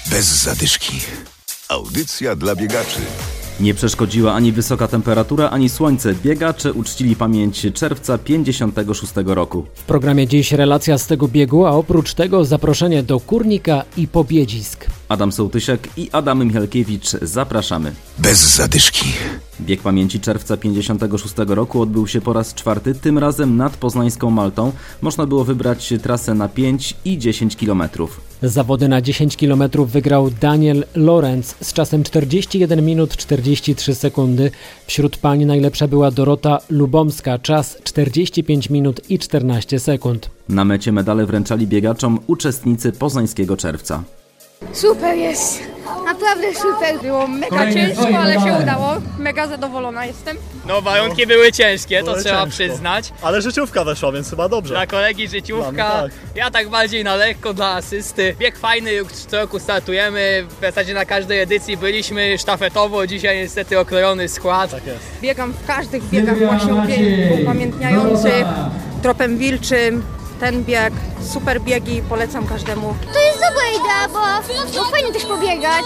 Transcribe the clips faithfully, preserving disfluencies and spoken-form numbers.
Bez zadyszki. Audycja dla biegaczy. Nie przeszkodziła ani wysoka temperatura, ani słońce. Biegacze uczcili pamięć czerwca pięćdziesiątego szóstego roku. W programie dziś relacja z tego biegu, a oprócz tego zaproszenie do Kurnika i Pobiedzisk. Adam Sołtysiak i Adam Michalkiewicz, zapraszamy. Bez zadyszki. Bieg pamięci czerwca pięćdziesiątego szóstego roku odbył się po raz czwarty, tym razem nad poznańską Maltą. Można było wybrać trasę na pięć i dziesięć kilometrów. Zawody na dziesięć kilometrów wygrał Daniel Lorenz z czasem czterdzieści jeden minut czterdzieści trzy sekundy. Wśród pań najlepsza była Dorota Lubomska, czas czterdzieści pięć minut i czternaście sekund. Na mecie medale wręczali biegaczom uczestnicy poznańskiego czerwca. Super jest, naprawdę super. Było mega ciężko, ale się udało. Mega zadowolona jestem. No warunki były ciężkie, to Były trzeba ciężko. przyznać. Ale życiówka weszła, więc chyba dobrze. Dla kolegi życiówka, Mamy, tak. Ja tak bardziej na lekko dla asysty. Bieg fajny, co roku startujemy, w zasadzie na każdej edycji byliśmy sztafetowo, dzisiaj niestety okrojony skład. Tak jest. Biegam w każdych biegach właśnie upamiętniających, tropem wilczym. Ten bieg, super biegi, polecam każdemu. To jest dobra idea, bo, bo fajnie też pobiegać,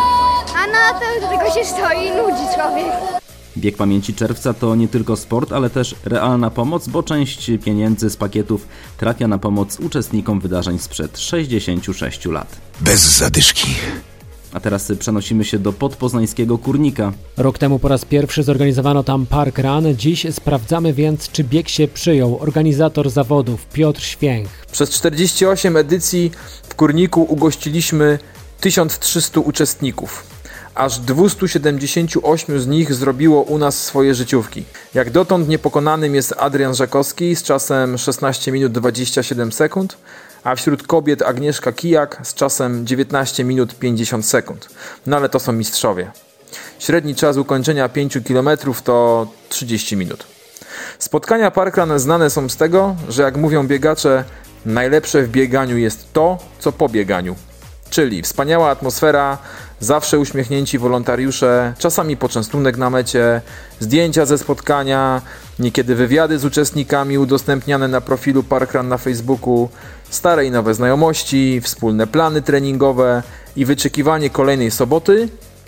a na pewno do tego się stoi i nudzi człowiek. Bieg pamięci czerwca to nie tylko sport, ale też realna pomoc, bo część pieniędzy z pakietów trafia na pomoc uczestnikom wydarzeń sprzed sześćdziesięciu sześciu lat. Bez zadyszki. A teraz przenosimy się do podpoznańskiego Kurnika. Rok temu po raz pierwszy zorganizowano tam parkrun. Dziś sprawdzamy więc, czy bieg się przyjął. Organizator zawodów Piotr Święch. Przez czterdzieści osiem edycji w Kurniku ugościliśmy tysiąc trzystu uczestników. Aż dwieście siedemdziesiąt osiem z nich zrobiło u nas swoje życiówki. Jak dotąd niepokonanym jest Adrian Żakowski z czasem szesnaście minut dwadzieścia siedem sekund, a wśród kobiet Agnieszka Kijak z czasem dziewiętnaście minut pięćdziesiąt sekund. No ale to są mistrzowie. Średni czas ukończenia pięciu kilometrów to trzydzieści minut. Spotkania parkrun znane są z tego, że jak mówią biegacze, najlepsze w bieganiu jest to, co po bieganiu. Czyli wspaniała atmosfera, zawsze uśmiechnięci wolontariusze, czasami poczęstunek na mecie, zdjęcia ze spotkania, niekiedy wywiady z uczestnikami udostępniane na profilu parkrun na Facebooku, stare i nowe znajomości, wspólne plany treningowe i wyczekiwanie kolejnej soboty.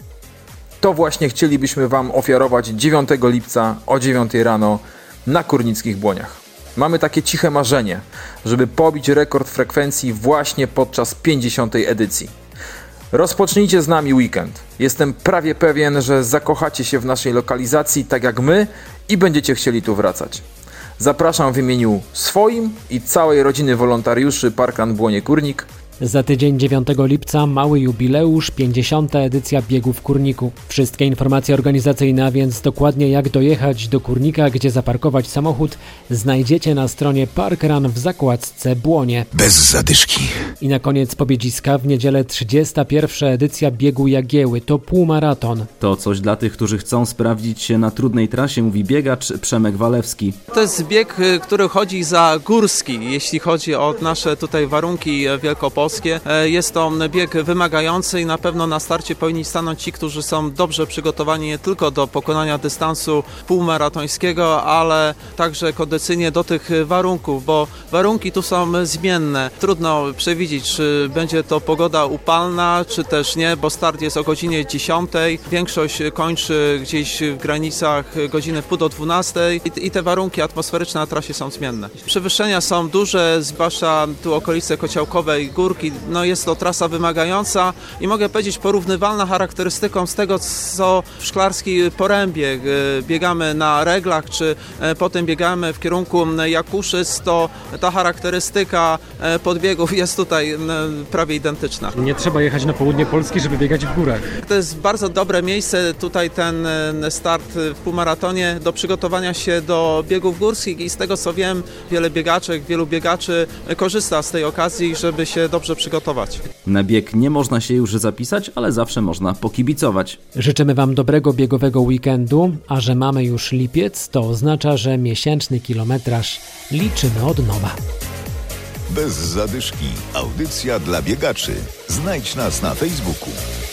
To właśnie chcielibyśmy Wam ofiarować dziewiątego lipca o dziewiątej rano na Kurnickich Błoniach. Mamy takie ciche marzenie, żeby pobić rekord frekwencji właśnie podczas pięćdziesiątej edycji. Rozpocznijcie z nami weekend. Jestem prawie pewien, że zakochacie się w naszej lokalizacji tak jak my i będziecie chcieli tu wracać. Zapraszam w imieniu swoim i całej rodziny wolontariuszy Parkrun Błonie Kurnik. Za tydzień dziewiątego lipca mały jubileusz, pięćdziesiąta edycja biegu w Kurniku. Wszystkie informacje organizacyjne, a więc dokładnie jak dojechać do Kurnika, gdzie zaparkować samochód, znajdziecie na stronie Parkrun w zakładce Błonie. Bez zadyszki. I na koniec Pobiedziska w niedzielę trzydziesta pierwsza edycja biegu Jagieły. To półmaraton. To coś dla tych, którzy chcą sprawdzić się na trudnej trasie, mówi biegacz Przemek Walewski. To jest bieg, który chodzi za górski, jeśli chodzi o nasze tutaj warunki wielkopolskie. Jest to bieg wymagający i na pewno na starcie powinni stanąć ci, którzy są dobrze przygotowani nie tylko do pokonania dystansu półmaratońskiego, ale także kondycyjnie do tych warunków, bo warunki tu są zmienne. Trudno przewidzieć, czy będzie to pogoda upalna, czy też nie, bo start jest o godzinie dziesiątej. Większość kończy gdzieś w granicach godziny wpół do dwunastej i te warunki atmosferyczne na trasie są zmienne. Przewyższenia są duże, zwłaszcza tu okolice Kociałkowej Gór. No jest to trasa wymagająca i mogę powiedzieć porównywalna charakterystyką z tego, co w Szklarskiej Porębie. Biegamy na reglach, czy potem biegamy w kierunku Jakuszyc, to ta charakterystyka podbiegów jest tutaj prawie identyczna. Nie trzeba jechać na południe Polski, żeby biegać w górach. To jest bardzo dobre miejsce, tutaj ten start w półmaratonie do przygotowania się do biegów górskich i z tego co wiem, wiele biegaczek, wielu biegaczy korzysta z tej okazji, żeby się dobrze przygotować. Na bieg nie można się już zapisać, ale zawsze można pokibicować. Życzymy Wam dobrego biegowego weekendu, a że mamy już lipiec, to oznacza, że miesięczny kilometraż liczymy od nowa. Bez zadyszki. Audycja dla biegaczy. Znajdź nas na Facebooku.